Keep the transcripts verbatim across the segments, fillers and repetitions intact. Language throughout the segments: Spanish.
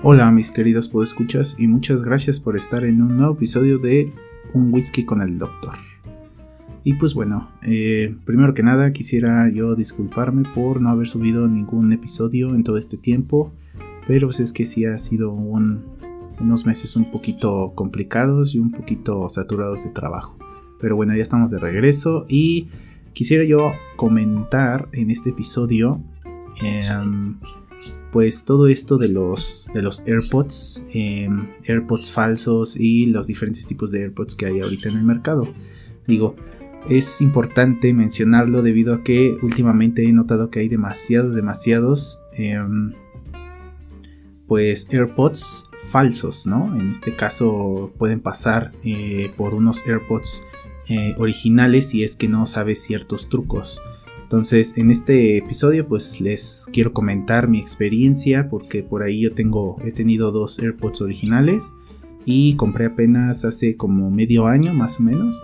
Hola mis queridos podescuchas y muchas gracias por estar en un nuevo episodio de Un Whisky con el Doctor. Y pues bueno, eh, primero que nada quisiera yo disculparme por no haber subido ningún episodio en todo este tiempo, pero pues es que sí ha sido un, unos meses un poquito complicados y un poquito saturados de trabajo. Pero bueno, ya estamos de regreso y quisiera yo comentar en este episodio eh, pues todo esto de los, de los AirPods, eh, AirPods falsos y los diferentes tipos de AirPods que hay ahorita en el mercado. Digo, es importante mencionarlo debido a que últimamente he notado que hay demasiados, demasiados eh, pues AirPods falsos, ¿no? En este caso pueden pasar eh, por unos AirPods eh, originales si es que no sabes ciertos trucos. Entonces en este episodio pues les quiero comentar mi experiencia, porque por ahí yo tengo, he tenido dos AirPods originales y compré apenas hace como medio año más o menos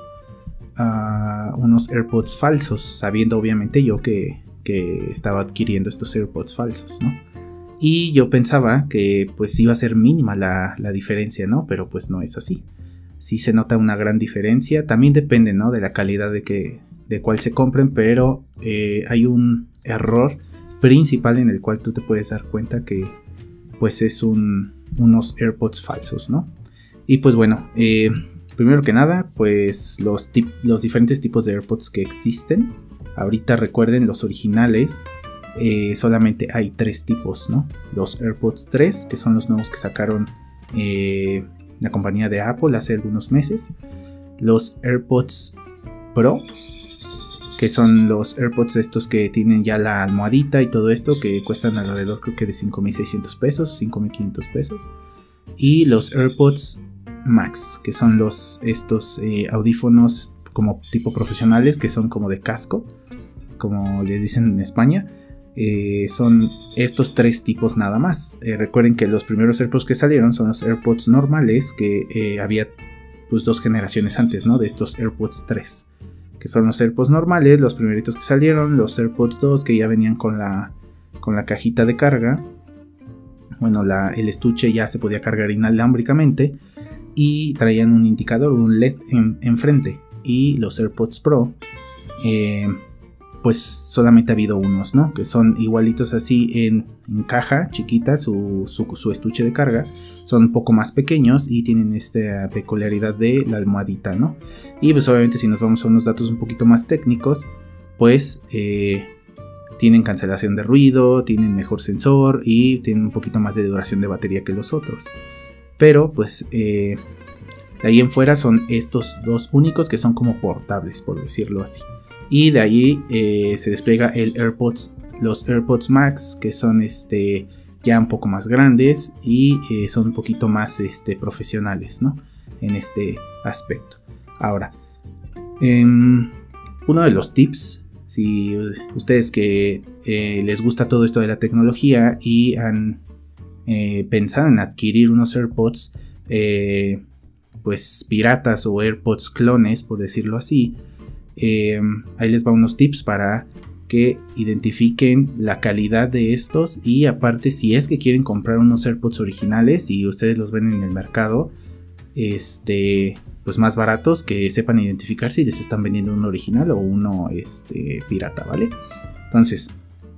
uh, unos AirPods falsos, sabiendo obviamente yo que, que estaba adquiriendo estos AirPods falsos, ¿no? Y yo pensaba que pues iba a ser mínima la, la diferencia, ¿no? Pero pues no es así. Sí se nota una gran diferencia, también depende, ¿no? De la calidad de que de cuál se compren, pero eh, hay un error principal en el cual tú te puedes dar cuenta que pues es un, unos AirPods falsos, ¿no? Y pues bueno, eh, primero que nada, pues los, tip, los diferentes tipos de AirPods que existen. Ahorita recuerden, los originales eh, solamente hay tres tipos, ¿no? Los AirPods tres, que son los nuevos que sacaron eh, la compañía de Apple hace algunos meses. Los AirPods Pro, que son los AirPods estos que tienen ya la almohadita y todo esto, que cuestan alrededor creo que de cinco mil seiscientos pesos, cinco mil quinientos pesos. Y los AirPods Max, que son los estos eh, audífonos como tipo profesionales, que son como de casco, como les dicen en España. Eh, son estos tres tipos nada más. Eh, recuerden que los primeros AirPods que salieron son los AirPods normales, que eh, había pues dos generaciones antes, ¿no? De estos AirPods tres. Que son los AirPods normales, los primeritos que salieron, los AirPods dos que ya venían con la, con la cajita de carga. Bueno, la, el estuche ya se podía cargar inalámbricamente y traían un indicador, un L E D en, enfrente. Y los AirPods Pro, eh, pues solamente ha habido unos, ¿no? Que son igualitos así en, en caja chiquita, su, su, su estuche de carga. Son un poco más pequeños y tienen esta peculiaridad de la almohadita, ¿no? Y pues obviamente si nos vamos a unos datos un poquito más técnicos, pues eh, tienen cancelación de ruido, tienen mejor sensor y tienen un poquito más de duración de batería que los otros. Pero pues eh, de ahí en fuera son estos dos únicos que son como portables, por decirlo así. Y de ahí eh, se despliega el AirPods, los AirPods Max, que son este ya un poco más grandes y eh, son un poquito más este, profesionales, ¿no? En este aspecto. Ahora, eh, uno de los tips, si ustedes que eh, les gusta todo esto de la tecnología y han eh, pensado en adquirir unos AirPods eh, pues piratas o AirPods clones, por decirlo así, eh, ahí les va unos tips para que identifiquen la calidad de estos. Y aparte, si es que quieren comprar unos AirPods originales y ustedes los ven en el mercado este pues más baratos, que sepan identificar si les están vendiendo uno original o uno este pirata, ¿vale? Entonces,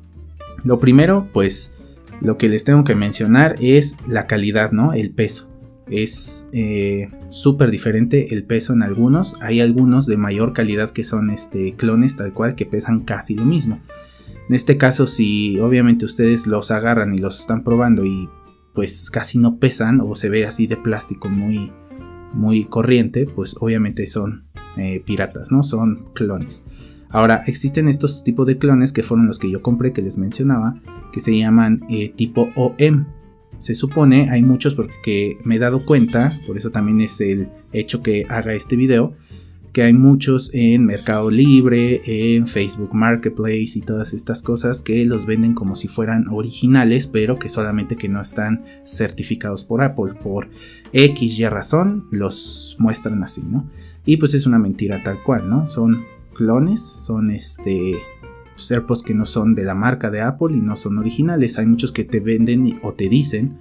lo primero, pues lo que les tengo que mencionar es la calidad, ¿no? El peso. Es eh, súper diferente el peso en algunos. Hay algunos de mayor calidad que son este, clones tal cual, que pesan casi lo mismo. En este caso, si obviamente ustedes los agarran y los están probando y pues casi no pesan o se ve así de plástico muy, muy corriente, pues obviamente son eh, piratas, ¿no? Son clones. Ahora, existen estos tipos de clones que fueron los que yo compré, que les mencionaba, que se llaman eh, tipo O E M. Se supone, hay muchos porque me he dado cuenta, por eso también es el hecho que haga este video, que hay muchos en Mercado Libre, en Facebook Marketplace y todas estas cosas que los venden como si fueran originales, pero que solamente que no están certificados por Apple. Por X y razón los muestran así, ¿no? Y pues es una mentira tal cual, ¿no? Son clones, son este AirPods que no son de la marca de Apple y no son originales. Hay muchos que te venden o te dicen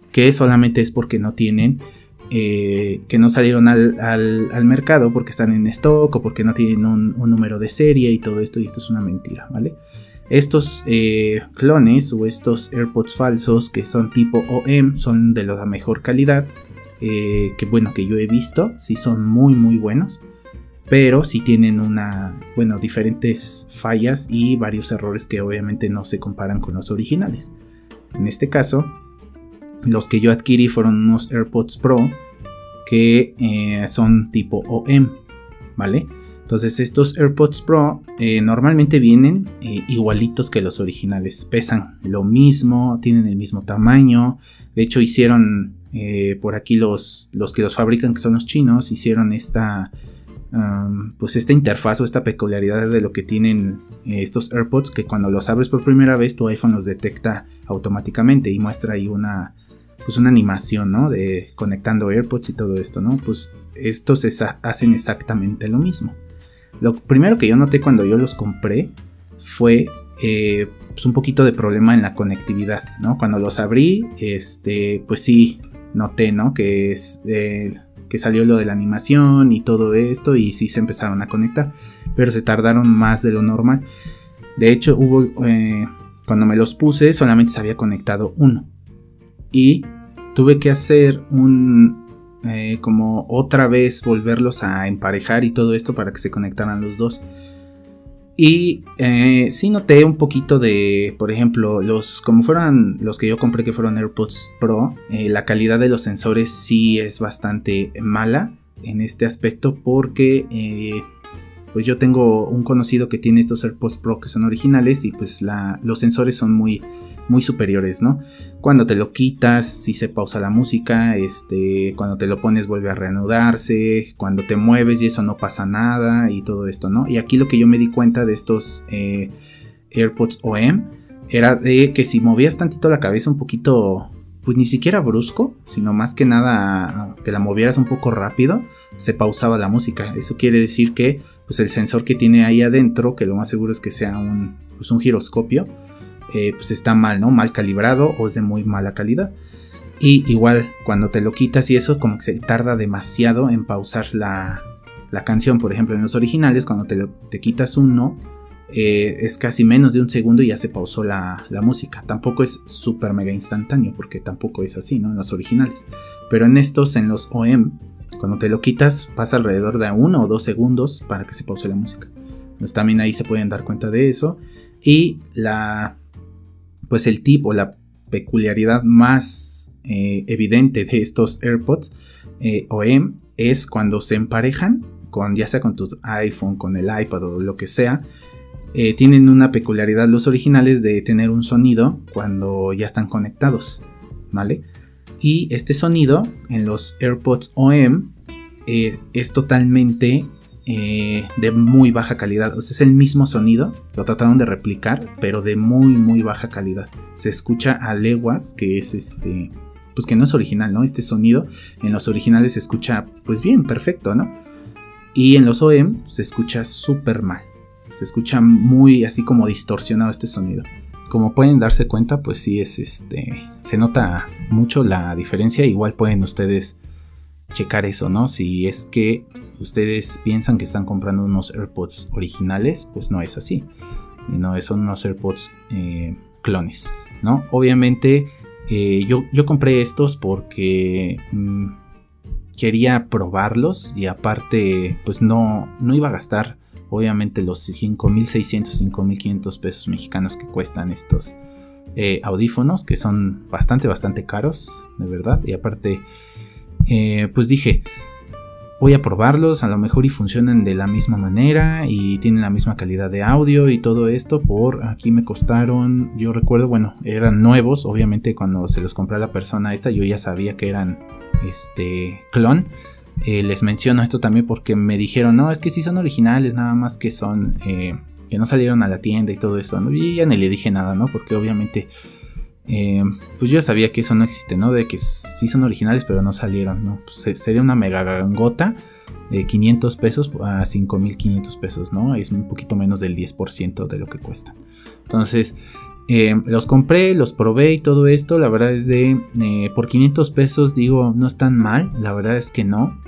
que solamente es porque no tienen, eh, que no salieron al, al, al mercado porque están en stock o porque no tienen un, un número de serie y todo esto, y esto es una mentira, ¿vale? Estos eh, clones o estos AirPods falsos que son tipo O E M son de la mejor calidad, eh, que bueno, que yo he visto, sí son muy muy buenos, pero sí tienen una, bueno, diferentes fallas y varios errores que obviamente no se comparan con los originales. En este caso, los que yo adquirí fueron unos AirPods Pro que eh, son tipo O E M, ¿vale? Entonces estos AirPods Pro eh, normalmente vienen eh, igualitos que los originales, pesan lo mismo, tienen el mismo tamaño. De hecho hicieron eh, por aquí los, los que los fabrican, que son los chinos, hicieron esta, um, pues esta interfaz o esta peculiaridad de lo que tienen eh, estos AirPods, que cuando los abres por primera vez tu iPhone los detecta automáticamente y muestra ahí una, pues una animación, ¿no? De conectando AirPods y todo esto, ¿no? Pues estos esa, hacen exactamente lo mismo. Lo primero que yo noté cuando yo los compré fue eh, pues un poquito de problema en la conectividad, ¿no? Cuando los abrí, este, pues sí noté, ¿no? Que, es, eh, que salió lo de la animación y todo esto, y sí se empezaron a conectar, pero se tardaron más de lo normal. De hecho, hubo eh, cuando me los puse solamente se había conectado uno y tuve que hacer un... Eh, como otra vez volverlos a emparejar y todo esto para que se conectaran los dos. Y eh, sí noté un poquito de, por ejemplo, los como fueron los que yo compré, que fueron AirPods Pro, eh, la calidad de los sensores sí es bastante mala en este aspecto, porque eh, pues yo tengo un conocido que tiene estos AirPods Pro que son originales y pues la, los sensores son muy muy superiores, ¿no? Cuando te lo quitas, sí se pausa la música, este, cuando te lo pones vuelve a reanudarse, cuando te mueves y eso no pasa nada y todo esto, ¿no? Y aquí lo que yo me di cuenta de estos eh, AirPods O E M era de que si movías tantito la cabeza un poquito, pues ni siquiera brusco, sino más que nada que la movieras un poco rápido, se pausaba la música. Eso quiere decir que pues el sensor que tiene ahí adentro, que lo más seguro es que sea un, pues un giroscopio, Eh, pues está mal, ¿no? Mal calibrado o es de muy mala calidad. Y igual cuando te lo quitas y eso, como que se tarda demasiado en pausar la, la canción. Por ejemplo, en los originales, cuando te, lo, te quitas uno, eh, es casi menos de un segundo y ya se pausó la, la música. Tampoco es súper mega instantáneo, porque tampoco es así, ¿no? En los originales. Pero en estos, en los O E M, cuando te lo quitas, pasa alrededor de uno o dos segundos para que se pause la música. Entonces también ahí se pueden dar cuenta de eso. Y la... pues el tip o la peculiaridad más eh, evidente de estos AirPods eh, O E M es cuando se emparejan, con, ya sea con tu iPhone, con el iPad o lo que sea, eh, tienen una peculiaridad los originales de tener un sonido cuando ya están conectados, ¿vale? Y este sonido en los AirPods O E M eh, es totalmente... Eh, de muy baja calidad. O sea, es el mismo sonido, lo trataron de replicar, pero de muy muy baja calidad. Se escucha a leguas, que es este, pues que no es original, ¿no? Este sonido en los originales se escucha pues bien, perfecto, ¿no? Y en los O E M se escucha súper mal. Se escucha muy así como distorsionado este sonido. Como pueden darse cuenta, pues sí es este, se nota mucho la diferencia. Igual pueden ustedes checar eso, ¿no? Si es que ustedes piensan que están comprando unos AirPods originales, pues no es así. Y no, son unos AirPods eh, clones, ¿no? Obviamente eh, yo, yo compré estos porque mmm, quería probarlos y aparte pues no, no iba a gastar obviamente los cinco mil seiscientos, cinco mil quinientos pesos mexicanos que cuestan estos eh, audífonos, que son bastante bastante caros, de verdad. Y aparte eh, pues dije, voy a probarlos, a lo mejor y funcionan de la misma manera y tienen la misma calidad de audio y todo esto. Por aquí me costaron, yo recuerdo, bueno, eran nuevos, obviamente cuando se los compré a la persona esta yo ya sabía que eran este clon. Eh, les menciono esto también porque me dijeron, no, es que sí son originales, nada más que son, eh, que no salieron a la tienda y todo eso, ¿no? Y ya ni le dije nada, ¿no? Porque obviamente, eh, pues yo sabía que eso no existe, ¿no? De que sí son originales, pero no salieron, ¿no? Pues sería una mega gangota de quinientos pesos a cinco mil quinientos pesos, ¿no? Es un poquito menos del diez por ciento de lo que cuesta. Entonces, Eh, los compré, los probé y todo esto. La verdad es de eh, por quinientos pesos, digo, no están mal. La verdad es que no.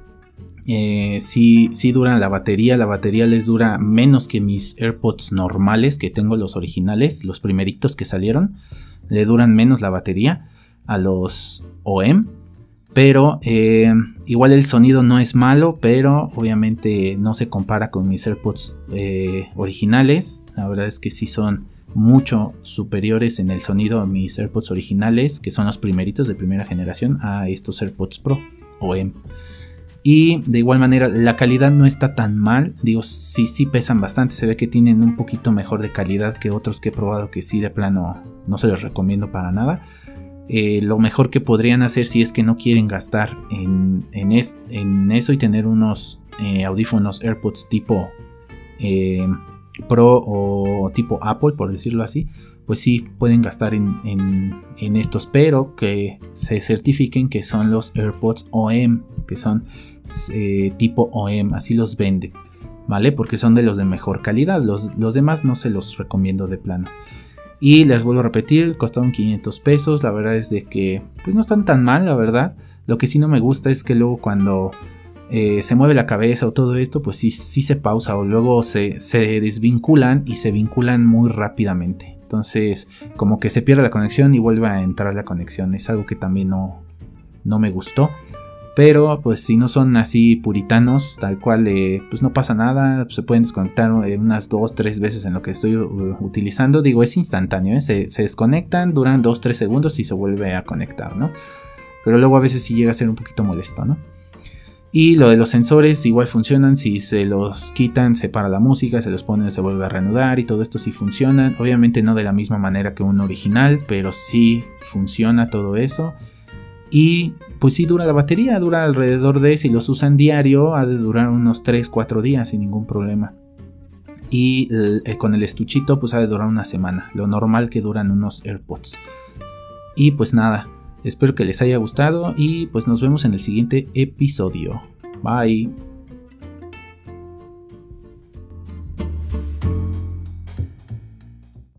Eh, sí, sí duran la batería. La batería les dura menos que mis AirPods normales, que tengo los originales, los primeritos que salieron. Le duran menos la batería a los O E M. Pero eh, igual el sonido no es malo, pero obviamente no se compara con mis AirPods eh, originales. La verdad es que sí son mucho superiores en el sonido a mis AirPods originales, que son los primeritos de primera generación, a estos AirPods Pro O E M. Y de igual manera la calidad no está tan mal. Digo, sí, sí pesan bastante. Se ve que tienen un poquito mejor de calidad que otros que he probado, que sí de plano no se los recomiendo para nada. Eh, lo mejor que podrían hacer, si es que no quieren gastar en, en, es, en eso y tener unos eh, audífonos AirPods tipo eh, Pro o tipo Apple, por decirlo así, pues sí pueden gastar en, en, en estos, pero que se certifiquen que son los AirPods O E M, que son eh, tipo O E M, así los venden, ¿vale? Porque son de los de mejor calidad. Los, los demás no se los recomiendo de plano. Y les vuelvo a repetir, costaron quinientos pesos. La verdad es de que pues no están tan mal, la verdad. Lo que sí no me gusta es que luego cuando eh, se mueve la cabeza o todo esto, pues sí, sí se pausa, o luego se, se desvinculan y se vinculan muy rápidamente. Entonces como que se pierde la conexión y vuelve a entrar la conexión. Es algo que también no, no me gustó. Pero pues si no son así puritanos, tal cual, eh, pues no pasa nada. Se pueden desconectar eh, unas dos, tres veces en lo que estoy uh, utilizando. Digo, es instantáneo, ¿eh? se, se desconectan, duran dos, tres segundos y se vuelve a conectar, ¿no? Pero luego a veces sí llega a ser un poquito molesto, ¿no? Y lo de los sensores igual funcionan. Si se los quitan, se para la música, se los ponen, se vuelve a reanudar y todo esto sí funciona. Obviamente no de la misma manera que un original, pero sí funciona todo eso. Y pues sí dura la batería, dura alrededor de, si los usan diario, ha de durar unos tres, cuatro días sin ningún problema. Y eh, con el estuchito pues ha de durar una semana, lo normal que duran unos AirPods. Y pues nada, espero que les haya gustado y pues nos vemos en el siguiente episodio. Bye.